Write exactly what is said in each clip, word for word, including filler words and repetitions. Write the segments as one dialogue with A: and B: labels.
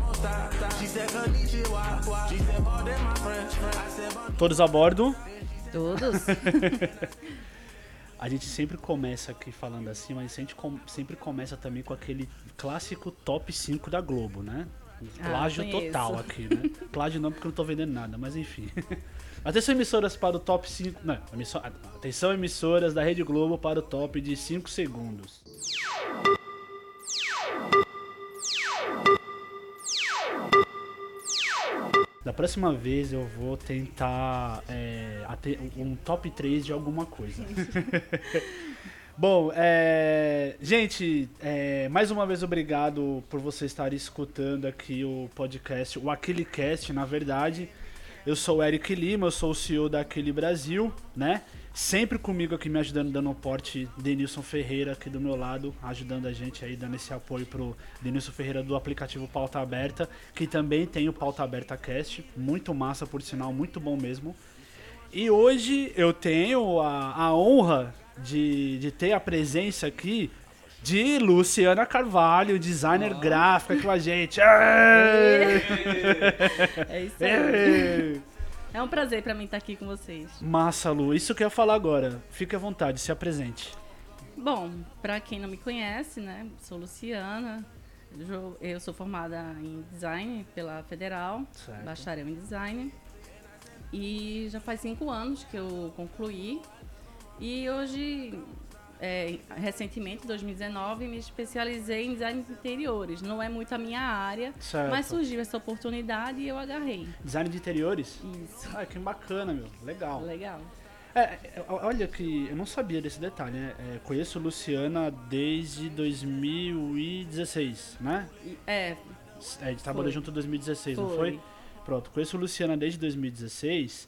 A: Todos a bordo?
B: Todos.
A: A gente sempre começa aqui falando assim, mas a gente com, sempre começa também com aquele clássico top cinco da Globo, né? Plágio
B: ah,
A: total aqui, né? Plágio não, porque eu não tô vendendo nada, mas enfim. Atenção, emissoras, para o top cinco... Não, emissor, atenção, emissoras da Rede Globo para o top de cinco segundos. Da próxima vez eu vou tentar é, um top três de alguma coisa. Bom, é, gente, é, mais uma vez obrigado por você estar escutando aqui o podcast, o AqueleCast, na verdade. Eu sou o Eric Lima, eu sou o C E O da Aquele Brasil, né? Sempre comigo aqui me ajudando, dando um porte, Denilson Ferreira aqui do meu lado, ajudando a gente aí, dando esse apoio pro Denilson Ferreira do aplicativo Pauta Aberta, que também tem o Pauta Aberta Cast, muito massa por sinal, muito bom mesmo. E hoje eu tenho a, a honra de, de ter a presença aqui de Luciana Carvalho, designer oh. gráfica aqui com a gente.
B: É isso aí. É um prazer pra mim estar aqui com vocês.
A: Massa, Lu. Isso que eu ia falar agora. Fique à vontade, se apresente.
B: Bom, pra quem não me conhece, né, sou Luciana. Eu sou formada em design pela Federal, certo. Bacharel em design. E já faz cinco anos que eu concluí. E hoje... É, recentemente, em dois mil e dezenove, me especializei em design de interiores. Não é muito a minha área, certo. Mas surgiu essa oportunidade e eu agarrei.
A: Design de interiores?
B: Isso.
A: Ah, que bacana, meu. Legal.
B: Legal.
A: É, olha que eu não sabia desse detalhe, né? É, conheço Luciana desde dois mil e dezesseis, né?
B: É.
A: A gente trabalhou junto em dois mil e dezesseis,
B: foi.
A: não foi? Pronto, conheço Luciana desde dois mil e dezesseis.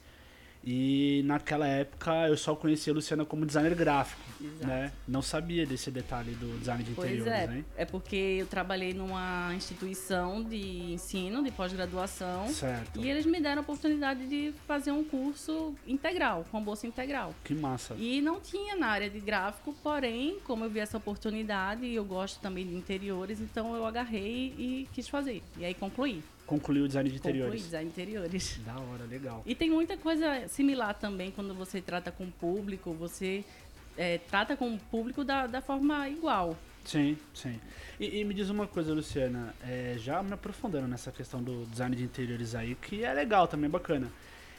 A: E naquela época eu só conhecia a Luciana como designer gráfico, exato. Né? Não sabia desse detalhe do design de interiores,
B: pois é,
A: né?
B: É porque eu trabalhei numa instituição de ensino, de pós-graduação.
A: Certo.
B: E eles me deram a oportunidade de fazer um curso integral, com bolsa integral.
A: Que massa.
B: E não tinha na área de gráfico, porém, como eu vi essa oportunidade, e eu gosto também de interiores, então eu agarrei e quis fazer. E aí concluí.
A: Concluiu o design de interiores.
B: Concluí design de interiores.
A: Da hora, legal.
B: E tem muita coisa similar também quando você trata com o público, você é, trata com o público da, da forma igual.
A: Sim, sim. E, e me diz uma coisa, Luciana, é, já me aprofundando nessa questão do design de interiores aí, que é legal também, bacana.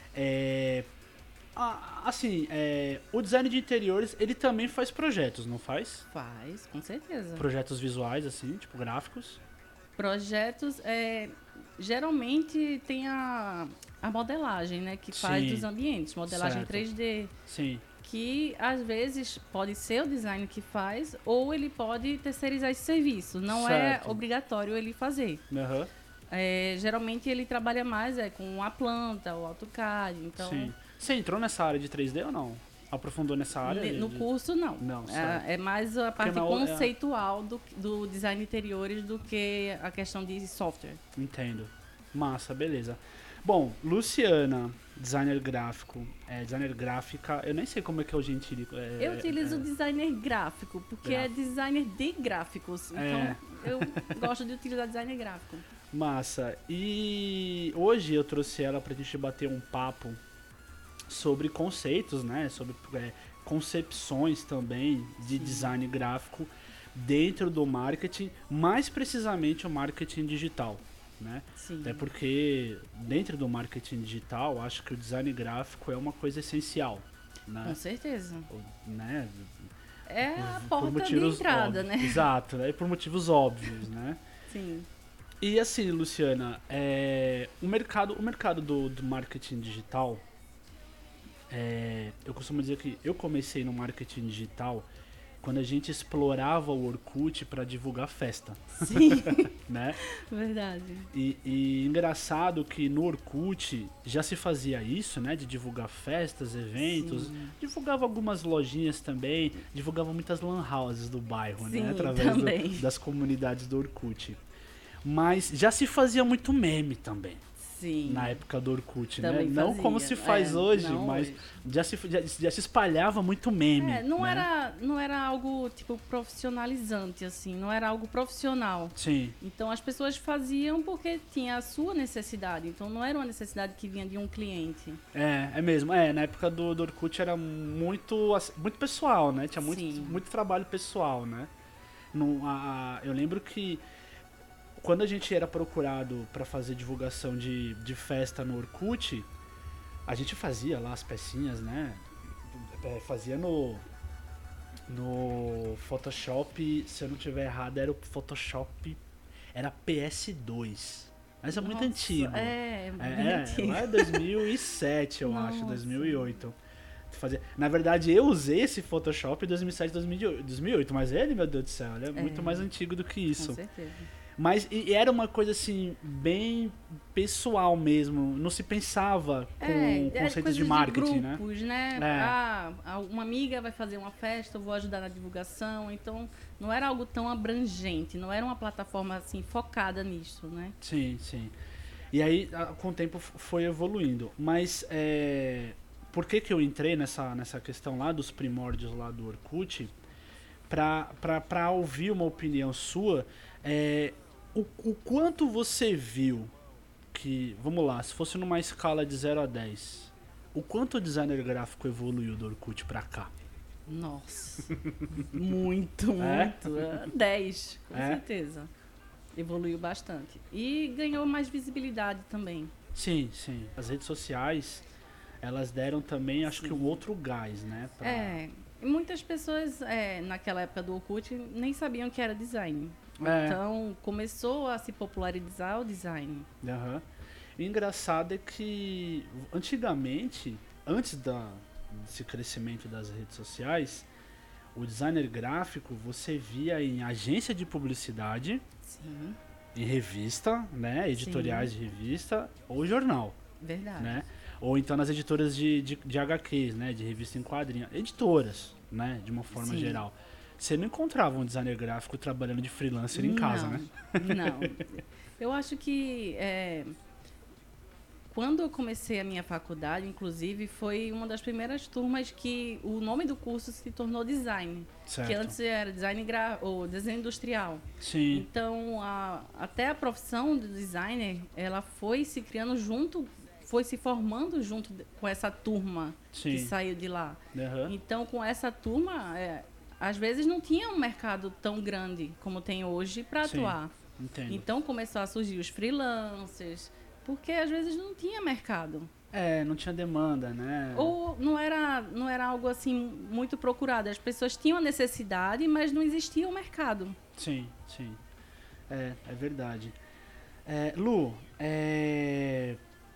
A: É, assim, é, o design de interiores, ele também faz projetos, não faz?
B: Faz, com certeza.
A: Projetos visuais, assim, tipo gráficos?
B: Projetos, é, geralmente tem a, a modelagem, né, que faz
A: Sim,
B: dos ambientes, modelagem
A: certo.
B: três D.
A: Sim.
B: Que às vezes pode ser o design que faz ou ele pode terceirizar esse serviço. Não
A: certo.
B: É obrigatório ele fazer.
A: Uhum.
B: É, geralmente ele trabalha mais é, com a planta, o AutoCAD. Então,
A: sim. Você entrou nessa área de três D ou não? Aprofundou nessa área?
B: No
A: de...
B: curso, não.
A: Não,
B: é, é mais a parte
A: na...
B: conceitual do, do design de interiores do que a questão de software.
A: Entendo. Massa, beleza. Bom, Luciana, designer gráfico, é, designer gráfica, eu nem sei como é que é o gentílico. É,
B: eu utilizo
A: é...
B: designer gráfico, porque gráfico. É designer de gráficos. Então,
A: é.
B: eu gosto de utilizar designer gráfico.
A: Massa. E hoje eu trouxe ela pra gente bater um papo sobre conceitos, né? Sobre é, concepções também de Sim. design gráfico dentro do marketing, mais precisamente o marketing digital, né?
B: Sim.
A: Até porque dentro do marketing digital, acho que o design gráfico é uma coisa essencial, né?
B: Com certeza.
A: Né?
B: É a porta de entrada,
A: óbvios.
B: né?
A: Exato, né? E por motivos óbvios, né?
B: Sim.
A: E assim, Luciana, é, o mercado, o mercado do, do marketing digital, é, eu costumo dizer que eu comecei no marketing digital quando a gente explorava o Orkut para divulgar festa.
B: Sim,
A: né?
B: Verdade.
A: E, e engraçado que no Orkut já se fazia isso, né? De divulgar festas, eventos. Sim. Divulgava algumas lojinhas também. Divulgava muitas lan houses do bairro,
B: Sim,
A: né? Através do, das comunidades do Orkut. Mas já se fazia muito meme também.
B: Sim.
A: Na época do Orkut,
B: Também
A: né? Não
B: fazia.
A: como se faz
B: É,
A: hoje,
B: não
A: mas
B: hoje.
A: Já, se, já, já se espalhava muito meme.
B: É, não,
A: né?
B: era, não era algo, tipo, profissionalizante, assim. Não era algo profissional.
A: Sim.
B: Então, as pessoas faziam porque tinha a sua necessidade. Então, não era uma necessidade que vinha de um cliente.
A: É, é mesmo. É, na época do, do Orkut era muito, assim, muito pessoal, né? Tinha muito,
B: Sim.
A: muito trabalho pessoal, né? No, a, a- eu lembro que quando a gente era procurado para fazer divulgação de, de festa no Orkut, a gente fazia lá as pecinhas, né? É, fazia no no Photoshop, se eu não tiver errado, era o Photoshop, era P S dois. Mas é muito
B: Nossa,
A: antigo.
B: É, bem
A: É,
B: antigo.
A: lá é dois mil e sete, eu acho,
B: Nossa.
A: dois mil e oito. Fazia... Na verdade, eu usei esse Photoshop em dois mil e sete, dois mil e oito, mas ele, meu Deus do céu, ele é,
B: É.
A: muito mais antigo do que isso.
B: Com certeza.
A: Mas e, e era uma coisa assim, bem pessoal mesmo. Não se pensava com
B: É, é
A: conceitos
B: coisa
A: de marketing,
B: de
A: né?
B: grupos, né?
A: É.
B: Ah, uma amiga vai fazer uma festa, eu vou ajudar na divulgação. Então, não era algo tão abrangente, não era uma plataforma assim focada nisso, né?
A: Sim, sim. E aí, a- com o tempo, f- foi evoluindo. Mas, é, por que que eu entrei nessa, nessa questão lá dos primórdios lá do Orkut? Pra, pra, pra ouvir uma opinião sua, é, o, o quanto você viu que, vamos lá, se fosse numa escala de zero a dez, o quanto o designer gráfico evoluiu do Orkut pra cá?
B: Nossa, muito,
A: É?
B: muito. É? dez, com
A: É?
B: certeza. Evoluiu bastante. E ganhou mais visibilidade também.
A: Sim, sim. As redes sociais, elas deram também, acho que um outro gás, né? pra-
B: É, e muitas pessoas é, naquela época do Orkut nem sabiam que era design.
A: É.
B: Então começou a se popularizar o design.
A: Aham. E o engraçado é que antigamente, antes da, desse crescimento das redes sociais, o designer gráfico você via em agência de publicidade,
B: Sim,
A: em revista, né? Editoriais de revista ou jornal,
B: verdade.
A: né? Ou então nas editoras de, de, de H Qs, né? De revista em quadrinho. Editoras, né? De uma forma
B: Sim.
A: geral. Você não encontrava um designer gráfico trabalhando de freelancer em casa,
B: Não,
A: né?
B: Não. Eu acho que é, quando eu comecei a minha faculdade, inclusive, foi uma das primeiras turmas que o nome do curso se tornou design.
A: Certo.
B: Que antes era design gra ou design industrial.
A: Sim,
B: Então, a, até a profissão do designer, ela foi se criando junto, foi se formando junto de- com essa turma
A: sim.
B: que saiu de lá.
A: Aham.
B: Então, com essa turma, é, às vezes não tinha um mercado tão grande como tem hoje para
A: Sim.
B: atuar.
A: Entendo.
B: Então, começou a surgir os freelancers, porque às vezes não tinha mercado.
A: É, não tinha demanda, né?
B: Ou não era, não era algo assim muito procurado. As pessoas tinham a necessidade, mas não existia o mercado.
A: Sim, sim. É, é verdade. É, Lu, é...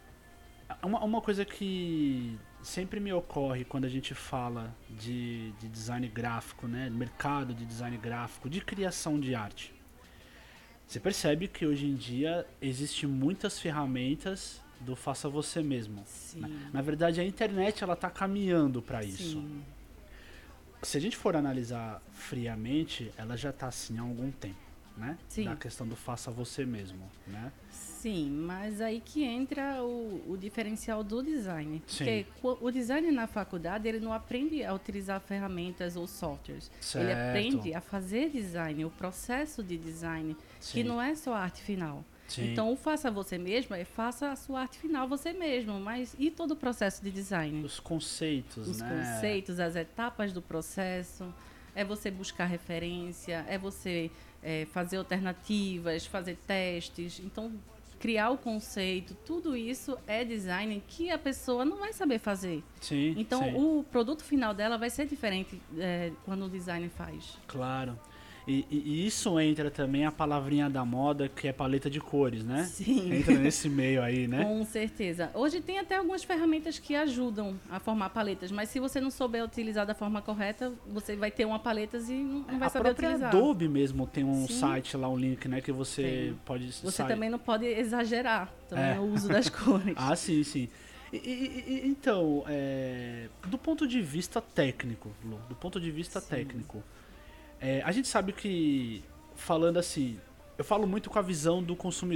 A: Uma, uma coisa que sempre me ocorre quando a gente fala de, de design gráfico, né? Mercado de design gráfico, de criação de arte. Você percebe que hoje em dia existem muitas ferramentas do faça você mesmo.
B: Sim.
A: Né? Na verdade, a internet ela está caminhando para isso.
B: Sim.
A: Se a gente for analisar friamente, ela já está assim há algum tempo, né?
B: Sim.
A: Da questão do faça você mesmo, né?
B: Sim, mas aí que entra o, o diferencial do design.
A: Sim.
B: Porque co- o design na faculdade, ele não aprende a utilizar ferramentas ou softwares.
A: Certo.
B: Ele aprende a fazer design, o processo de design,
A: Sim.
B: que não é só a arte final.
A: Sim.
B: Então, o faça você mesmo é faça a sua arte final você mesmo, mas e todo o processo de design?
A: Os conceitos,
B: Os
A: né?
B: conceitos, as etapas do processo, é você buscar referência, é você é, fazer alternativas, fazer testes. Então, criar o conceito, tudo isso é design que a pessoa não vai saber fazer.
A: Sim,
B: Então,
A: sim.
B: o produto final dela vai ser diferente é, quando o design faz.
A: Claro. E, e- e isso entra também a palavrinha da moda, que é paleta de cores, né?
B: Sim.
A: Entra nesse meio aí, né?
B: Com certeza. Hoje tem até algumas ferramentas que ajudam a formar paletas, mas se você não souber utilizar da forma correta, você vai ter uma paleta e não não vai
A: a
B: saber
A: própria
B: utilizar.
A: Adobe mesmo tem um
B: Sim.
A: site lá, um link, né? Que você
B: Tem.
A: pode...
B: Você
A: sai-
B: também não pode exagerar também
A: É.
B: no uso das cores.
A: Ah, sim, sim. E- e- e- então, é, do ponto de vista técnico, Lu, do ponto de vista
B: Sim.
A: técnico, é, a gente sabe que, falando assim, eu falo muito com a visão do consumidor,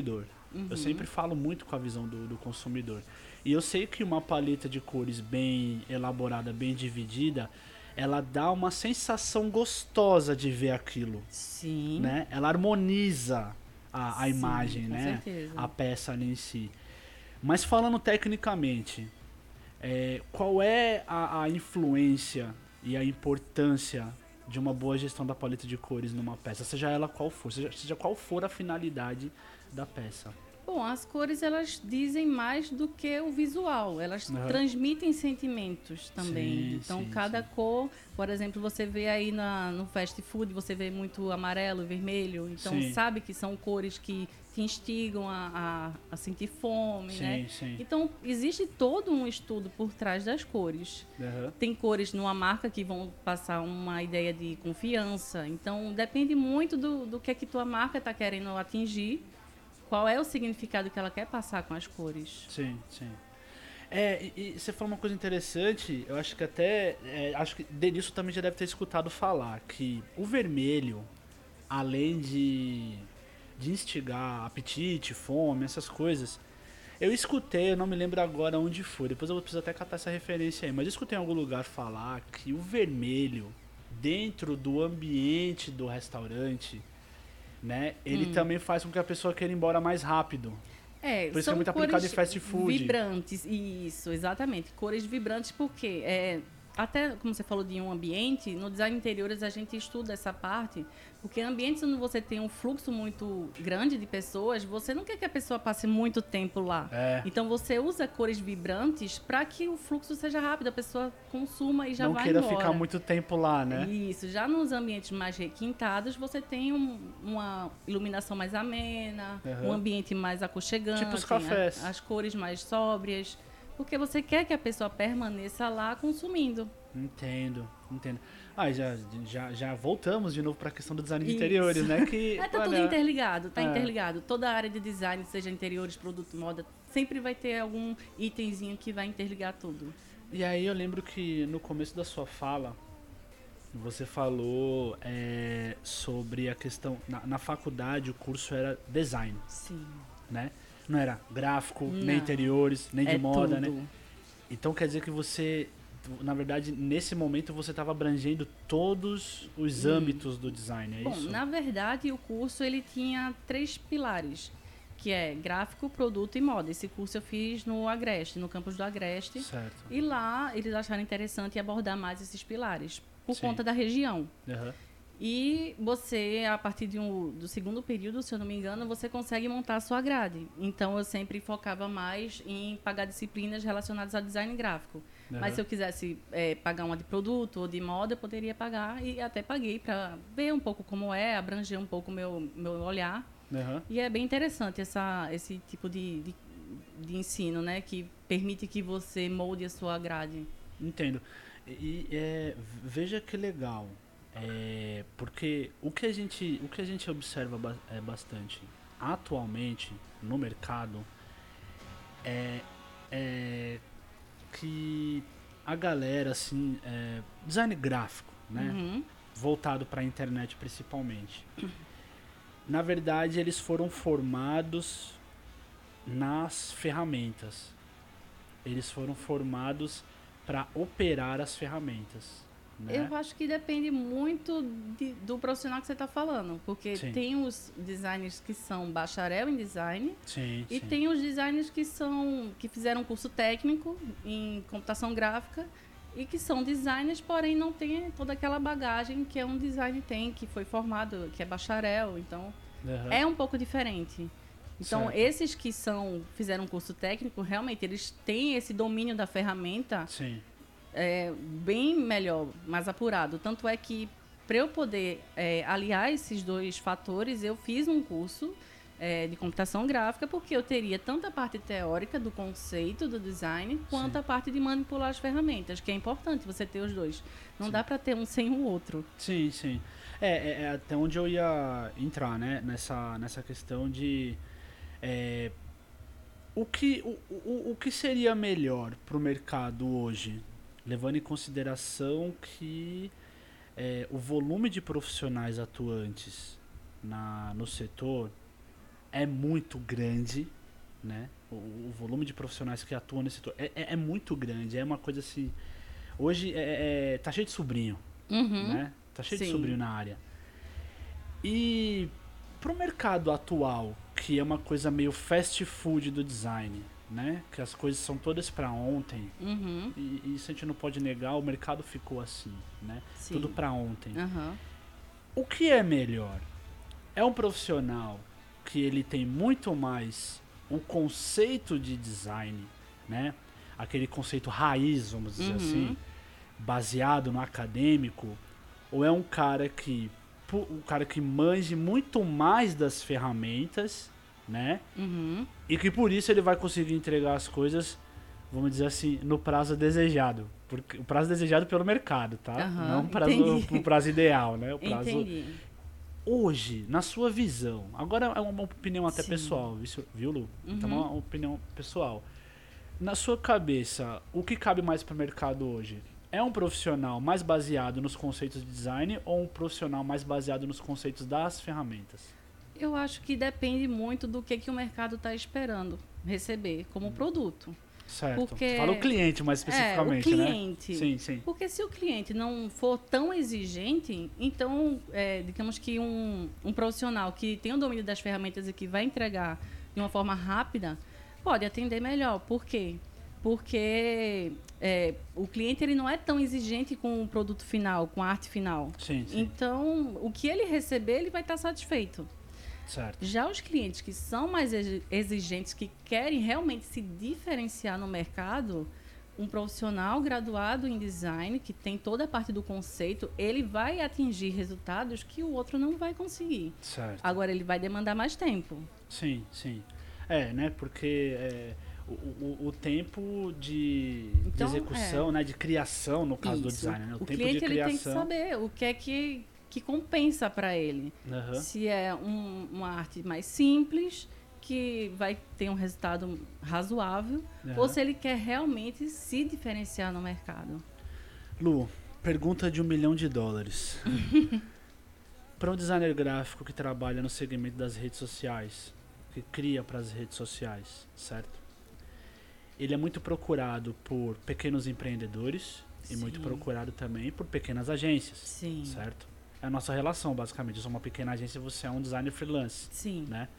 B: Uhum.
A: Eu sempre falo muito com a visão do, do consumidor. E eu sei que uma paleta de cores bem elaborada, bem dividida, ela dá uma sensação gostosa de ver aquilo.
B: Sim.
A: Né? Ela harmoniza a, a
B: Sim,
A: imagem,
B: com
A: né?
B: certeza.
A: A peça ali em si. Mas falando tecnicamente, é, qual é a, a influência e a importância de uma boa gestão da paleta de cores numa peça, seja ela qual for, seja, seja qual for a finalidade da peça?
B: Bom, as cores elas dizem mais do que o visual, elas
A: Uhum.
B: transmitem sentimentos também.
A: Sim,
B: então
A: sim,
B: cada
A: sim.
B: cor, por exemplo, você vê aí na, no fast food, você vê muito amarelo, vermelho, então
A: Sim.
B: sabe que são cores que te instigam a, a, a sentir fome,
A: Sim,
B: né?
A: sim.
B: Então existe todo um estudo por trás das cores.
A: Uhum.
B: Tem cores numa marca que vão passar uma ideia de confiança, então depende muito do, do que é que tua marca está querendo atingir. Qual é o significado que ela quer passar com as cores?
A: Sim, sim. É, e, e você falou uma coisa interessante, eu acho que até, é, acho que Denilson também já deve ter escutado falar, que o vermelho, além de, de instigar apetite, fome, essas coisas, eu escutei, eu não me lembro agora onde foi, depois eu vou precisar até catar essa referência aí, mas eu escutei em algum lugar falar que o vermelho, dentro do ambiente do restaurante, né, ele
B: Hum.
A: também faz com que a pessoa queira ir embora mais rápido.
B: É,
A: Por isso que é
B: são
A: muito
B: cores
A: aplicado em fast food.
B: vibrantes, isso, exatamente. Cores vibrantes porque, é, até como você falou de um ambiente, no design de interiores a gente estuda essa parte, porque ambientes onde você tem um fluxo muito grande de pessoas, você não quer que a pessoa passe muito tempo lá.
A: É.
B: Então você usa cores vibrantes para que o fluxo seja rápido, a pessoa consuma e já
A: não
B: vai
A: queira
B: embora.
A: ficar muito tempo lá, né?
B: Isso, já nos ambientes mais requintados, você tem um, uma iluminação mais amena,
A: Uhum.
B: um ambiente mais aconchegante,
A: Tipo os cafés.
B: a- as cores mais sóbrias, porque você quer que a pessoa permaneça lá consumindo.
A: Entendo, entendo. Ah, já, já, já voltamos de novo para a questão do design de
B: Isso.
A: interiores, né? Que,
B: É, tá
A: olha,
B: tudo interligado, tá
A: é.
B: interligado. Toda a área de design, seja interiores, produto, moda, sempre vai ter algum itemzinho que vai interligar tudo.
A: E aí eu lembro que no começo da sua fala, você falou é, sobre a questão... Na, na faculdade o curso era design,
B: Sim.
A: né? Não era gráfico,
B: Não.
A: nem interiores, nem de
B: É
A: moda,
B: tudo.
A: né? Então quer dizer que você, na verdade, nesse momento você estava abrangendo todos os
B: Hum.
A: âmbitos do design, é
B: Bom,
A: isso?
B: na verdade, o curso ele tinha três pilares, que é gráfico, produto e moda. Esse curso eu fiz no Agreste, no campus do Agreste.
A: Certo.
B: E lá eles acharam interessante abordar mais esses pilares, por
A: Sim.
B: conta da região.
A: Uhum.
B: E você, a partir de um, do segundo período, se eu não me engano, você consegue montar a sua grade. Então, eu sempre focava mais em pagar disciplinas relacionadas ao design gráfico.
A: Uhum.
B: Mas se eu quisesse é, pagar uma de produto ou de moda, eu poderia pagar. E até paguei para ver um pouco como é, abranger um pouco o meu, meu olhar.
A: Uhum.
B: E é bem interessante essa, esse tipo de, de, de ensino, né? Que permite que você molde a sua grade.
A: Entendo. E é, veja que legal. É, porque o que a gente, o que a gente observa ba- é bastante atualmente no mercado é, é que a galera, assim, é, design gráfico, né?
B: Uhum.
A: Voltado para a internet principalmente. Na verdade, eles foram formados nas ferramentas. Eles foram formados para operar as ferramentas. Né?
B: Eu acho que depende muito de, do profissional que você está falando, porque
A: Sim.
B: tem os designers que são bacharel em design
A: Sim,
B: e
A: sim.
B: tem os designers que são que fizeram um curso técnico em computação gráfica e que são designers, porém não tem toda aquela bagagem que é um design tem, que foi formado, que é bacharel, então
A: Uhum.
B: é um pouco diferente. Então,
A: Certo.
B: esses que são fizeram um curso técnico, realmente eles têm esse domínio da ferramenta
A: Sim.
B: é, bem melhor, mais apurado. Tanto é que, para eu poder é, aliar esses dois fatores, eu fiz um curso é, de computação gráfica, porque eu teria tanto a parte teórica do conceito do design, quanto
A: Sim.
B: a parte de manipular as ferramentas, que é importante você ter os dois. Não
A: Sim.
B: dá para ter um sem o outro.
A: Sim, sim. É, é, é até onde eu ia entrar, né? Nessa, nessa questão de... É, o, que, o, o, o que seria melhor para o mercado hoje? Levando em consideração que é, o volume de profissionais atuantes na, no setor é muito grande, né? O, o volume de profissionais que atuam nesse setor é, é, é muito grande. É uma coisa assim... Hoje é, é, tá cheio de sobrinho,
B: Uhum.
A: né? Tá cheio
B: Sim.
A: de sobrinho na área. E pro mercado atual, que é uma coisa meio fast food do design, né? Que as coisas são todas para ontem.
B: Uhum.
A: E, e isso a gente não pode negar, o mercado ficou assim, né?
B: Sim.
A: Tudo para ontem.
B: Uhum.
A: O que é melhor? É um profissional que ele tem muito mais o conceito de design, né? Aquele conceito raiz, vamos dizer
B: Uhum.
A: assim, baseado no acadêmico, ou é um cara que um cara que manje muito mais das ferramentas, né?
B: Uhum.
A: E que por isso ele vai conseguir entregar as coisas, vamos dizer assim, no prazo desejado. Porque, o prazo desejado pelo mercado, tá?
B: Uhum.
A: Não o prazo, o prazo ideal, né? O prazo...
B: Entendi.
A: Hoje, na sua visão, agora é uma opinião até
B: Sim.
A: pessoal, isso, viu, Lu?
B: Uhum.
A: Então é uma opinião pessoal. Na sua cabeça, o que cabe mais para o mercado hoje? É um profissional mais baseado nos conceitos de design ou um profissional mais baseado nos conceitos das ferramentas?
B: Eu acho que depende muito do que, que o mercado está esperando receber como produto.
A: Certo.
B: Porque,
A: Você fala o cliente mais especificamente,
B: é, o
A: né?
B: cliente.
A: Sim, sim.
B: Porque se o cliente não for tão exigente, então, é, digamos que um, um profissional que tem o domínio das ferramentas e que vai entregar de uma forma rápida, pode atender melhor. Por quê? Porque é, o cliente ele não é tão exigente com o produto final, com a arte final.
A: Sim, sim.
B: Então, o que ele receber, ele vai estar satisfeito.
A: Certo.
B: Já os clientes que são mais exigentes, que querem realmente se diferenciar no mercado, um profissional graduado em design, que tem toda a parte do conceito, ele vai atingir resultados que o outro não vai conseguir.
A: Certo.
B: Agora, ele vai demandar mais tempo.
A: Sim, sim. É, né? Porque é, o, o, o tempo de,
B: Então,
A: de execução,
B: é.
A: né? De criação, no caso
B: Isso.
A: do design, né? O,
B: O
A: tempo
B: cliente
A: de
B: ele
A: criação.
B: tem que saber o que é que, que compensa para ele.
A: Uhum.
B: Se é um, uma arte mais simples, que vai ter um resultado razoável,
A: Uhum.
B: ou se ele quer realmente se diferenciar no mercado.
A: Lu, pergunta de um milhão de dólares. Para um designer gráfico que trabalha no segmento das redes sociais, que cria para as redes sociais, certo? Ele é muito procurado por pequenos empreendedores e
B: Sim.
A: muito procurado também por pequenas agências,
B: Sim.
A: certo? É a nossa relação, basicamente. Eu sou uma pequena agência e você é um designer freelance,
B: Sim.
A: né?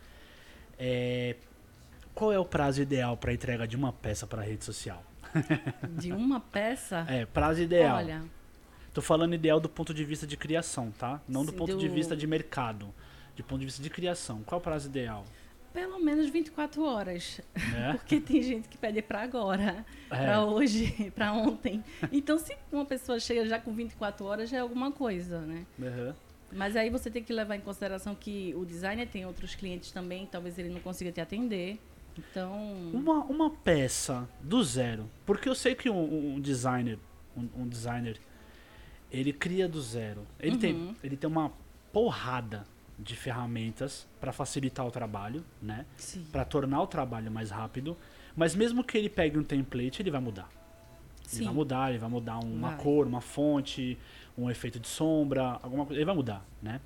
A: É... Qual é o prazo ideal para entrega de uma peça para a rede social?
B: De uma peça?
A: É, prazo ideal.
B: Olha,
A: Tô falando ideal do ponto de vista de criação, tá? Não do
B: Sim,
A: ponto
B: do-
A: de vista de mercado. De ponto de vista de criação. Qual é o prazo ideal?
B: pelo menos vinte e quatro horas.
A: Né?
B: Porque tem gente que pede para agora,
A: É.
B: para hoje, para ontem. Então, se uma pessoa chega já com vinte e quatro horas, já é alguma coisa, né?
A: Uhum.
B: Mas aí você tem que levar em consideração que o designer tem outros clientes também, talvez ele não consiga te atender. Então,
A: Uma, uma peça do zero. Porque eu sei que um, um designer, um, um designer, ele cria do zero. Ele,
B: Uhum.
A: tem, ele tem uma porrada de ferramentas para facilitar o trabalho, né?
B: sim.
A: Para tornar o trabalho mais rápido. Mas mesmo que ele pegue um template, ele vai mudar. Ele
B: Sim.
A: vai mudar, ele vai mudar uma
B: Vai.
A: cor, uma fonte, um efeito de sombra, alguma coisa. Ele vai mudar, né?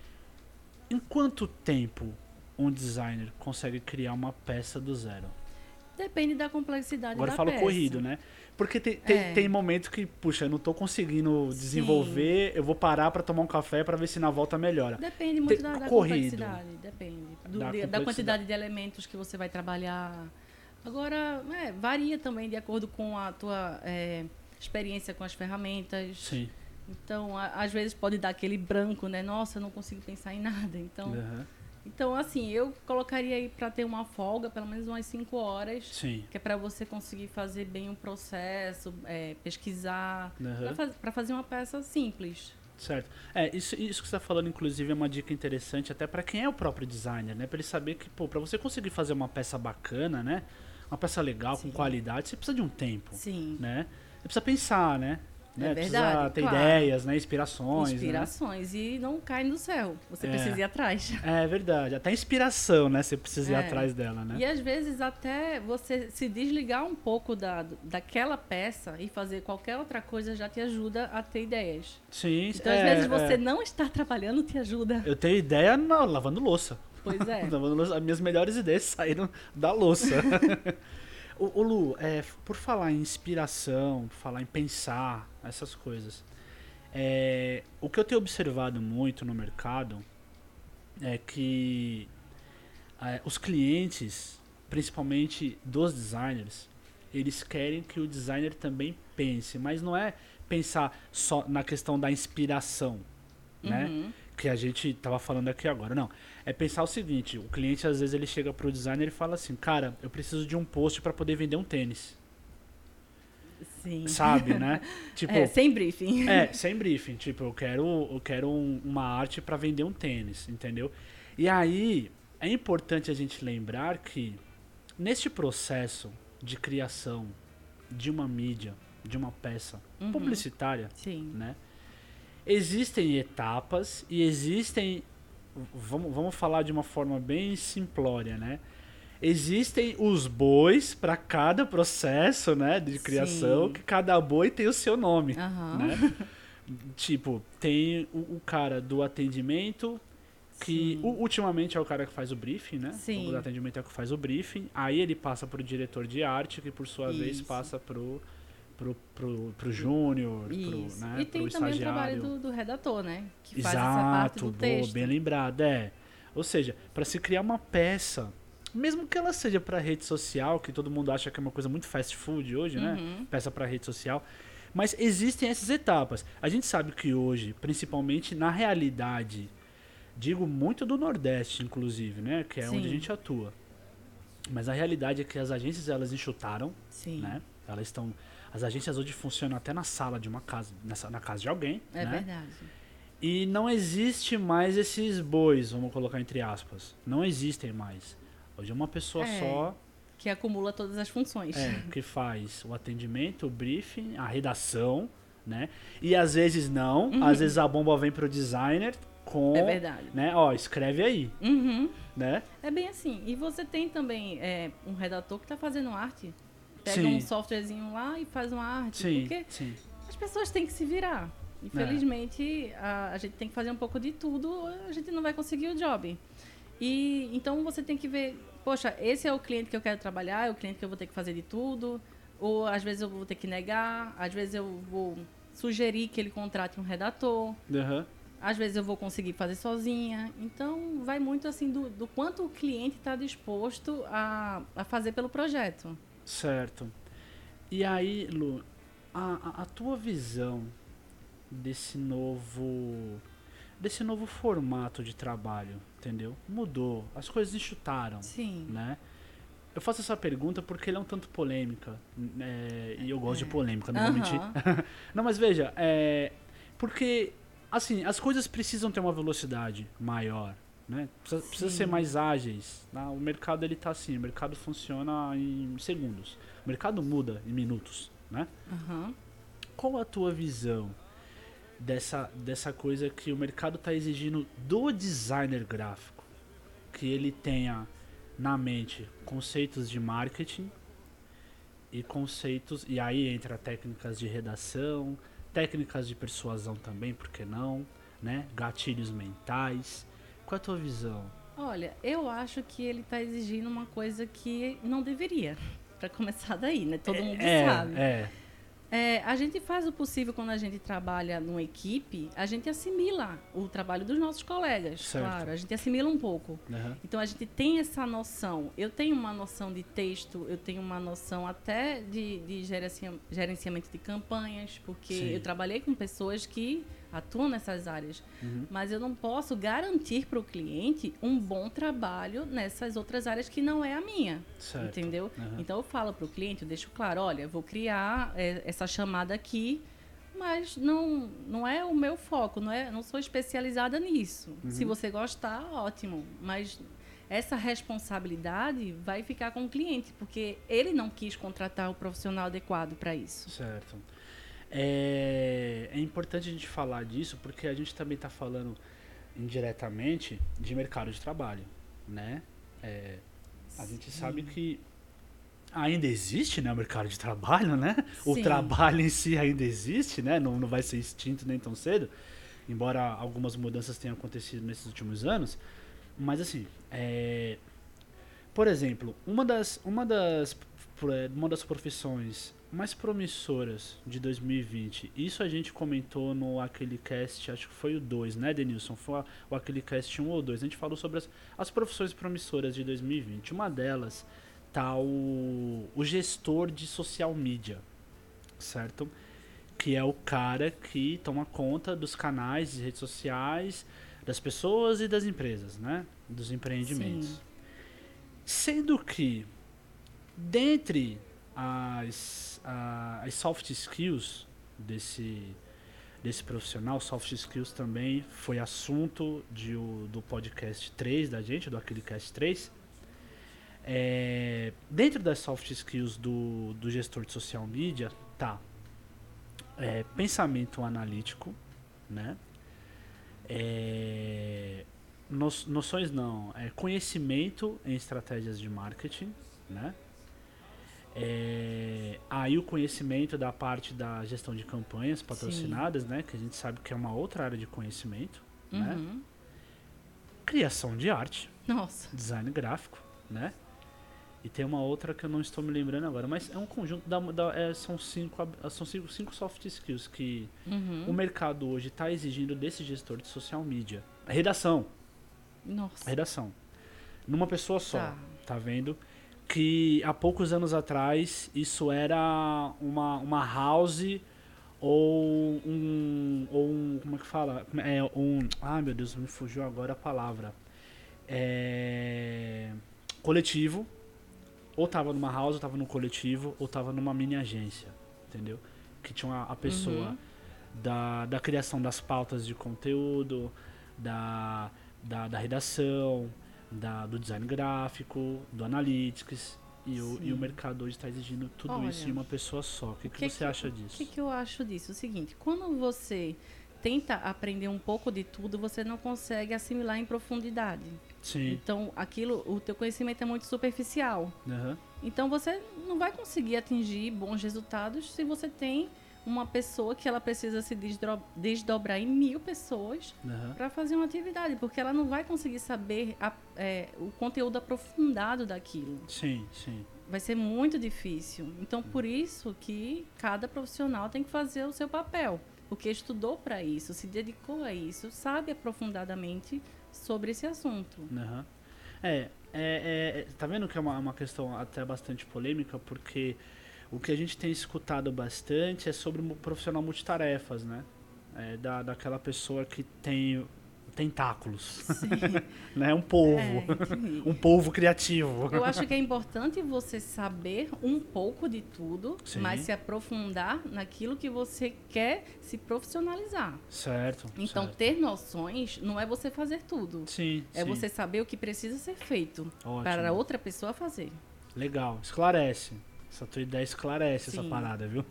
A: Em quanto tempo um designer consegue criar uma peça do zero?
B: Depende da complexidade
A: Agora
B: da
A: eu falo
B: peça.
A: corrido, né? Porque tem, tem,
B: É.
A: tem momentos que, puxa, eu não tô conseguindo desenvolver, eu vou parar pra tomar um café pra ver se na volta melhora.
B: Depende muito
A: Tem-
B: da, da
A: corrido.
B: complexidade. Depende. Do-
A: Da
B: de- da,
A: complexidade.
B: quantidade de elementos que você vai trabalhar. Agora, é, varia também de acordo com a tua é, experiência com as ferramentas.
A: Sim.
B: Então, a- às vezes pode dar aquele branco, né? Nossa, eu não consigo pensar em nada. Então,
A: Uhum.
B: então assim, eu colocaria aí para ter uma folga, pelo menos umas cinco horas.
A: Sim.
B: Que é para você conseguir fazer bem o processo, é, pesquisar,
A: Uhum.
B: para fazer uma peça simples.
A: Certo. É, isso, isso que você tá falando, inclusive, é uma dica interessante até pra quem é o próprio designer, né? Pra ele saber que, pô, pra você conseguir fazer uma peça bacana, né? Uma peça legal,
B: Sim.
A: com qualidade, você precisa de um tempo,
B: Sim.
A: né? Você precisa pensar, né?
B: É
A: né?
B: verdade,
A: Precisa ter
B: claro.
A: ideias, né? Inspirações,
B: Inspirações. E não cai do céu. Você
A: É.
B: precisa ir atrás.
A: né? É verdade. Até inspiração, né? Você precisa ir
B: É.
A: atrás dela, né?
B: E às vezes até você se desligar um pouco da, daquela peça e fazer qualquer outra coisa já te ajuda a ter ideias.
A: Sim,
B: Então,
A: é,
B: às vezes, você
A: é.
B: não estar trabalhando te ajuda.
A: Eu tenho ideia na, lavando louça.
B: Pois é.
A: As minhas melhores ideias saíram da louça. ô, ô Lu, é, por falar em inspiração, por falar em pensar, essas coisas, é, o que eu tenho observado muito no mercado é que é, os clientes, principalmente dos designers, eles querem que o designer também pense, mas não é pensar só na questão da inspiração, né?
B: Uhum.
A: Que a gente tava falando aqui agora, não. É pensar o seguinte, o cliente às vezes ele chega pro designer e fala assim, cara, eu preciso de um post para poder vender um tênis.
B: Sim.
A: Sabe, né? Tipo,
B: é, sem briefing.
A: É, sem briefing. Tipo, eu quero, eu quero um, uma arte para vender um tênis, entendeu? E aí, é importante a gente lembrar que neste processo de criação de uma mídia, de uma peça
B: Uhum.
A: publicitária,
B: Sim.
A: né? Existem etapas e existem, vamos, vamos falar de uma forma bem simplória, né? Existem os bois para cada processo, né, de criação,
B: Sim.
A: que cada boi tem o seu nome,
B: Uhum.
A: né? Tipo, tem o, o cara do atendimento, que
B: Sim.
A: u- ultimamente é o cara que faz o briefing, né?
B: Sim.
A: O do atendimento é o que faz o briefing. Aí ele passa pro diretor de arte, que por sua vez
B: Isso.
A: passa pro, pro, pro, pro júnior, pro,
B: Isso.
A: né,
B: E
A: pro
B: tem também o
A: estagiário.
B: trabalho do, do redator, né? Que faz
A: Exato,
B: essa parte do
A: boa,
B: texto.
A: bem lembrado, é. Ou seja, para se criar uma peça, mesmo que ela seja para rede social, que todo mundo acha que é uma coisa muito fast food hoje, né?
B: Uhum.
A: Peça para rede social. Mas existem essas etapas. A gente sabe que hoje, principalmente na realidade, digo muito do Nordeste, inclusive, né? Que é
B: Sim.
A: onde a gente atua. Mas a realidade é que as agências, elas enxutaram,
B: Sim.
A: né? Elas estão... As agências hoje funcionam até na sala de uma casa, nessa, na casa de alguém,
B: É
A: né?
B: verdade.
A: E não existe mais esses bois, vamos colocar entre aspas. Não existem mais. Hoje é uma pessoa
B: É.
A: só
B: Que acumula todas as funções.
A: é, que faz o atendimento, o briefing, a redação, né? E às vezes não,
B: Uhum.
A: às vezes a bomba vem pro designer com,
B: É verdade.
A: né? Ó, escreve aí,
B: Uhum.
A: né?
B: É bem assim. E você tem também é, um redator que está fazendo arte. Pega
A: Sim.
B: um softwarezinho lá e faz uma arte.
A: Sim,
B: Porque
A: sim.
B: as pessoas têm que se virar. Infelizmente, a, a gente tem que fazer um pouco de tudo, a gente não vai conseguir o job. E então você tem que ver, poxa, esse é o cliente que eu quero trabalhar, é o cliente que eu vou ter que fazer de tudo, ou às vezes eu vou ter que negar, às vezes eu vou sugerir que ele contrate um redator,
A: Uhum.
B: às vezes eu vou conseguir fazer sozinha. Então vai muito assim do, do quanto o cliente está disposto a, a fazer pelo projeto.
A: Certo. E aí, Lu, a, a, a tua visão desse novo desse novo formato de trabalho, entendeu? Mudou, as coisas enxutaram,
B: Sim.
A: né? Eu faço essa pergunta porque ela é um tanto polêmica, né? E eu gosto
B: É.
A: de polêmica, não vou
B: Aham.
A: mentir. Não, mas veja, é, porque assim, as coisas precisam ter uma velocidade maior, né? Precisa, precisa
B: Sim.
A: ser mais ágeis, tá? O mercado ele tá assim, o mercado funciona em segundos. O mercado muda em minutos, né?
B: Aham.
A: Qual a tua visão dessa, dessa coisa que o mercado está exigindo do designer gráfico? Que ele tenha na mente conceitos de marketing e conceitos... E aí entra técnicas de redação, técnicas de persuasão também, por que não? Né? Gatilhos mentais. Qual é a tua visão?
B: Olha, eu acho que ele está exigindo uma coisa que não deveria. Para começar daí, né? Todo mundo
A: é,
B: sabe.
A: É,
B: É, a gente faz o possível quando a gente trabalha numa equipe, a gente assimila o trabalho dos nossos colegas,
A: Certo.
B: claro, a gente assimila um pouco.
A: uhum.
B: Então a gente tem essa noção. Eu tenho uma noção de texto, eu tenho uma noção até de, de gerencia- gerenciamento de campanhas, porque
A: Sim.
B: eu trabalhei com pessoas que atuam nessas áreas.
A: Uhum.
B: Mas eu não posso garantir para o cliente um bom trabalho nessas outras áreas que não é a minha.
A: Certo.
B: Entendeu?
A: Uhum.
B: Então eu falo para o cliente, eu deixo claro, olha, eu vou criar é, essa chamada aqui, mas não, não é o meu foco, não, é, não sou especializada nisso.
A: Uhum.
B: Se você gostar, ótimo. Mas essa responsabilidade vai ficar com o cliente, porque ele não quis contratar o profissional adequado para isso.
A: Certo. É, é importante a gente falar disso porque a gente também está falando indiretamente de mercado de trabalho, né? É, a gente
B: Sim.
A: sabe que ainda existe, né, o mercado de trabalho, né? O
B: Sim.
A: trabalho em si ainda existe, né? Não, não vai ser extinto nem tão cedo, embora algumas mudanças tenham acontecido nesses últimos anos. mas assim, é, por exemplo, uma das, uma, das, uma das profissões mais promissoras de dois mil e vinte, isso a gente comentou no aquele cast, acho que foi o dois, né, Denilson? Foi o aquele cast um ou dois. A gente falou sobre as, as profissões promissoras de dois mil e vinte. Uma delas tá o, o gestor de social media, certo? Que é o cara que toma conta dos canais de redes sociais, das pessoas e das empresas, né? Dos empreendimentos. Sim. Sendo que, dentre as, a, as soft skills desse, desse profissional, soft skills também foi assunto de, o, do podcast três da gente, do Aquilecast três. É, dentro das soft skills do, do gestor de social media, tá é, pensamento analítico, né? É, no, noções não, é conhecimento em estratégias de marketing, né? É, aí o conhecimento da parte da gestão de campanhas patrocinadas, né? Que a gente sabe que é uma outra área de conhecimento, uhum. né? Criação de arte,
B: nossa,
A: design gráfico, né? E tem uma outra que eu não estou me lembrando agora, mas é um conjunto, da, da, é, são, cinco, são cinco, cinco soft skills que uhum. o mercado hoje está exigindo desse gestor de social media. A redação.
B: Nossa.
A: A redação. Numa pessoa só, tá. tá vendo? Que há poucos anos atrás isso era uma, uma house ou um, ou um... Como é que fala? É um... Ai, meu Deus, me fugiu agora a palavra. É... Coletivo. Ou tava numa house, ou tava num coletivo, ou tava numa mini agência, entendeu? Que tinha uma, a pessoa uhum. da, da criação das pautas de conteúdo, da, da, da redação, da, do design gráfico, do analytics, e o, e o mercado hoje está exigindo tudo Olha, isso de uma pessoa só. O que, que, que você que, acha disso?
B: O que, que eu acho disso? É o seguinte, quando você tenta aprender um pouco de tudo, você não consegue assimilar em profundidade.
A: Sim.
B: Então, aquilo, o teu conhecimento é muito superficial.
A: Uhum.
B: Então, você não vai conseguir atingir bons resultados se você tem uma pessoa que ela precisa se desdro- desdobrar em mil pessoas uhum. para fazer uma atividade, porque ela não vai conseguir saber a, é, o conteúdo aprofundado daquilo.
A: Sim, sim.
B: Vai ser muito difícil. Então, por isso que cada profissional tem que fazer o seu papel, porque estudou para isso, se dedicou a isso, sabe aprofundadamente sobre esse assunto.
A: Uhum. É, é, é, tá vendo que é uma, uma questão até bastante polêmica, porque o que a gente tem escutado bastante é sobre o profissional multitarefas, né? É, da, daquela pessoa que tem tentáculos, né? Um polvo, é, um polvo criativo.
B: Eu acho que é importante você saber um pouco de tudo, Sim. mas se aprofundar naquilo que você quer se profissionalizar.
A: Certo.
B: Então,
A: certo.
B: ter noções não é você fazer tudo.
A: Sim,
B: é
A: sim.
B: você saber o que precisa ser feito
A: Ótimo.
B: para outra pessoa fazer.
A: Legal, esclarece. Essa tua ideia esclarece Sim. essa parada, viu?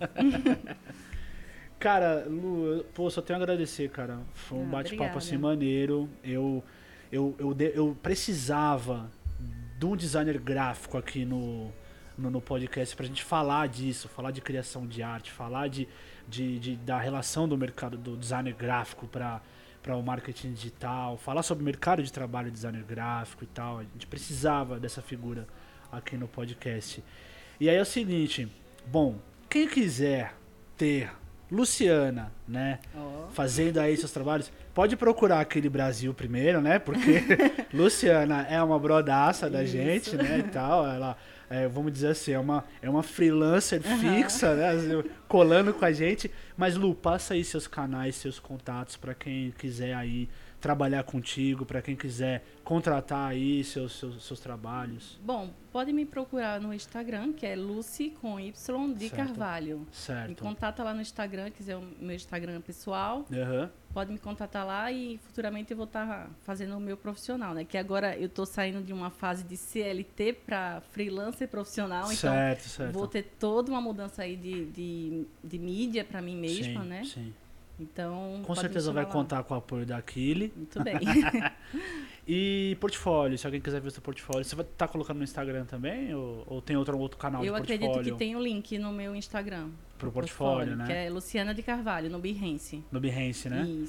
A: Cara, Lu, pô, só tenho a agradecer, cara. Foi um ah, bate-papo assim maneiro. Eu, eu, eu, eu precisava de um designer gráfico aqui no, no, no podcast pra gente falar disso, falar de criação de arte, falar de, de, de, da relação do mercado do designer gráfico para para o marketing digital, falar sobre o mercado de trabalho de designer gráfico e tal. A gente precisava dessa figura aqui no podcast. E aí é o seguinte, bom, quem quiser ter Luciana, né, oh. fazendo aí seus trabalhos, pode procurar Aquele Brasil primeiro, né, porque Luciana é uma brodaça da Isso. gente, né, e tal, ela, é, vamos dizer assim, é uma, é uma freelancer uhum. fixa, né, colando com a gente, mas Lu, passa aí seus canais, seus contatos para quem quiser aí trabalhar contigo, para quem quiser contratar aí seus, seus, seus trabalhos.
B: Bom, pode me procurar no Instagram, que é Lucy com Y de certo. Carvalho.
A: Certo.
B: Me contata lá no Instagram, quiser o meu Instagram pessoal.
A: Uhum.
B: Pode me contatar lá e futuramente eu vou estar tá fazendo o meu profissional, né? Que agora eu estou saindo de uma fase de C L T para freelancer profissional.
A: Certo,
B: então
A: certo.
B: vou ter toda uma mudança aí de, de, de mídia para mim mesma,
A: sim,
B: né?
A: Sim.
B: Então,
A: com certeza vai lá. Contar com o apoio da Aquile.
B: Muito bem.
A: E portfólio, se alguém quiser ver o seu portfólio, você vai estar tá colocando no Instagram também? Ou, ou tem outro, outro canal
B: Eu
A: de portfólio?
B: Eu acredito que tem o um link no meu Instagram.
A: Pro portfólio, portfólio, né?
B: Que é Luciana de Carvalho, no Behance.
A: No Behance, né?
B: Isso.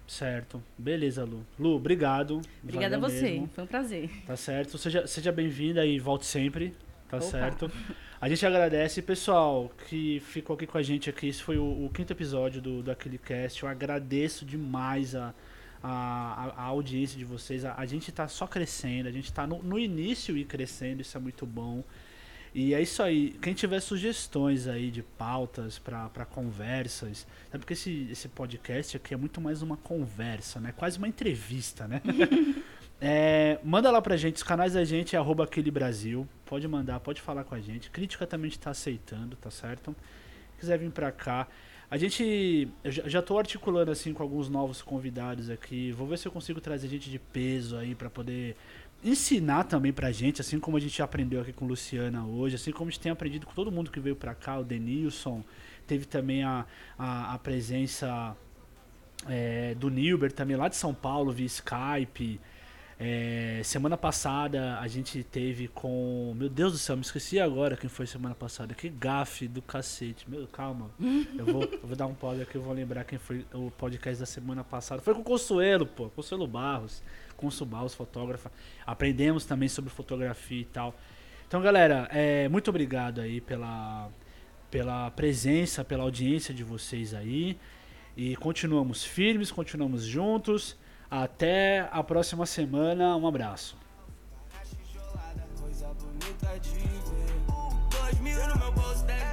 A: Certo. Beleza, Lu. Lu, obrigado.
B: Obrigada a você. Mesmo. Foi um prazer.
A: Tá certo. Seja, seja bem-vinda e volte sempre. Tá Opa. Certo. A gente agradece. Pessoal que ficou aqui com a gente aqui, esse foi o, o quinto episódio do, do Aquele Cast. Eu agradeço demais a, a, a audiência de vocês. A, a gente tá só crescendo, a gente tá no, no início e crescendo, isso é muito bom. E é isso aí. Quem tiver sugestões aí de pautas para conversas, é porque esse, esse podcast aqui é muito mais uma conversa, né? Quase uma entrevista, né? é, manda lá pra gente, os canais da gente é arroba aquele Brasil. Pode mandar, pode falar com a gente. Crítica também a gente tá aceitando, tá certo? Se quiser vir pra cá. A gente, eu já tô articulando assim com alguns novos convidados aqui. Vou ver se eu consigo trazer gente de peso aí para poder ensinar também pra gente, assim como a gente aprendeu aqui com Luciana hoje, assim como a gente tem aprendido com todo mundo que veio pra cá, o Denilson, teve também a, a, a presença é, do Nilber também lá de São Paulo via Skype. É, semana passada a gente teve com... Meu Deus do céu, me esqueci agora quem foi semana passada. Que gafe do cacete. Meu, calma. Eu vou, eu vou dar um pause aqui, eu vou lembrar quem foi o podcast da semana passada. Foi com o Consuelo, pô. Consuelo Barros. Consul Barros, fotógrafa. Aprendemos também sobre fotografia e tal. Então, galera, é, muito obrigado aí pela, pela presença, pela audiência de vocês aí. E continuamos firmes, continuamos juntos. Até a próxima semana. Um abraço. Coisa bonita de ver. Dois mil no meu bolso,